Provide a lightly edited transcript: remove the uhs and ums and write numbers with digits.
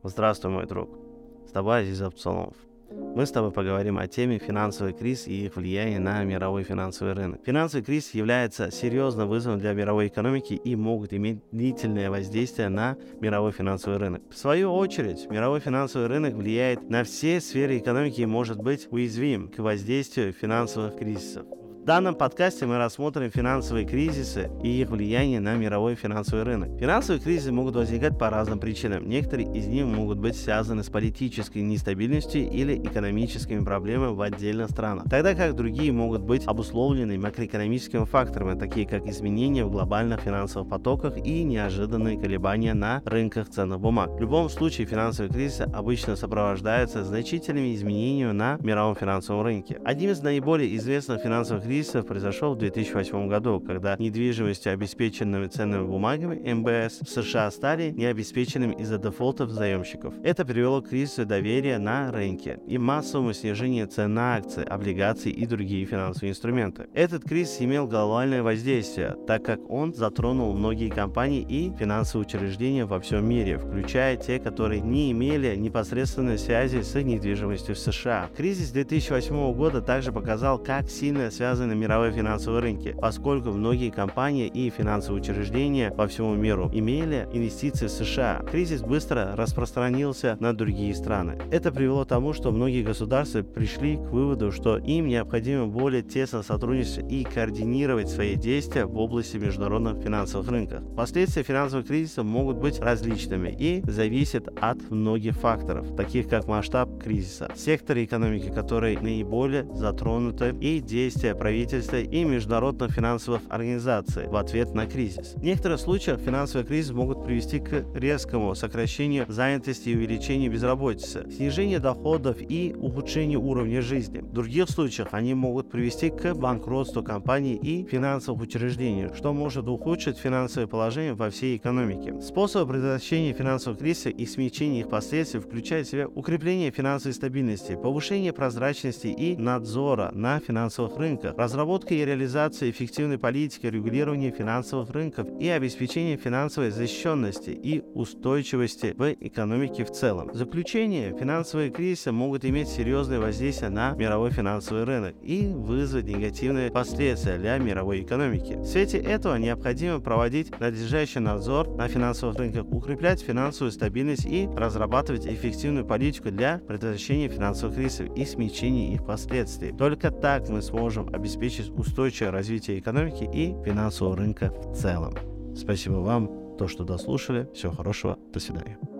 Здравствуй, мой друг. С тобой Азиз Абдсаломов. Мы с тобой поговорим о теме финансовый кризис и их влияние на мировой финансовый рынок. Финансовый кризис является серьезным вызовом для мировой экономики и могут иметь длительное воздействие на мировой финансовый рынок. В свою очередь, мировой финансовый рынок влияет на все сферы экономики и может быть уязвим к воздействию финансовых кризисов. В данном подкасте мы рассмотрим финансовые кризисы и их влияние на мировой финансовый рынок. Финансовые кризисы могут возникать по разным причинам. Некоторые из них могут быть связаны с политической нестабильностью или экономическими проблемами в отдельных странах, тогда как другие могут быть обусловлены макроэкономическими факторами, такие как изменения в глобальных финансовых потоках и неожиданные колебания на рынках ценных бумаг. В любом случае, финансовые кризисы обычно сопровождаются значительными изменениями на мировом финансовом рынке. Одним из наиболее известных финансовых кризисов произошел в 2008 году, когда недвижимостью, обеспеченными ценными бумагами МБС в США стали необеспеченными из-за дефолтов заемщиков. Это привело к кризису доверия на рынке и массовому снижению цен на акции, облигации и другие финансовые инструменты. Этот кризис имел глобальное воздействие, так как он затронул многие компании и финансовые учреждения во всем мире, включая те, которые не имели непосредственной связи с недвижимостью в США. Кризис 2008 года также показал, как сильно связаны мировые финансовые рынки, поскольку многие компании и финансовые учреждения по всему миру имели инвестиции в США. Кризис быстро распространился на другие страны. Это привело к тому, что многие государства пришли к выводу, что им необходимо более тесно сотрудничать и координировать свои действия в области международных финансовых рынков. Последствия финансовых кризисов могут быть различными и зависят от многих факторов, таких как масштаб кризиса, секторы экономики, которые наиболее затронуты, и действия правительства и международных финансовых организаций в ответ на кризис. В некоторых случаях финансовые кризисы могут привести к резкому сокращению занятости и увеличению безработицы, снижению доходов и ухудшению уровня жизни. В других случаях они могут привести к банкротству компаний и финансовых учреждений, что может ухудшить финансовое положение во всей экономике. Способы предотвращения финансовых кризисов и смягчения их последствий включают в себя укрепление финансовой стабильности, повышение прозрачности и надзора на финансовых рынках, разработка и реализация эффективной политики регулирования финансовых рынков и обеспечение финансовой защищенности и устойчивости в экономике в целом. В заключение, финансовые кризисы могут иметь серьезное воздействие на мировой финансовый рынок и вызвать негативные последствия для мировой экономики. В свете этого необходимо проводить надлежащий надзор на финансовых рынках, укреплять финансовую стабильность и разрабатывать эффективную политику для предотвращения финансовых кризисов и смягчения их последствий. Только так мы сможем обеспечить устойчивое развитие экономики и финансового рынка в целом. Спасибо вам, что дослушали. Всего хорошего. До свидания.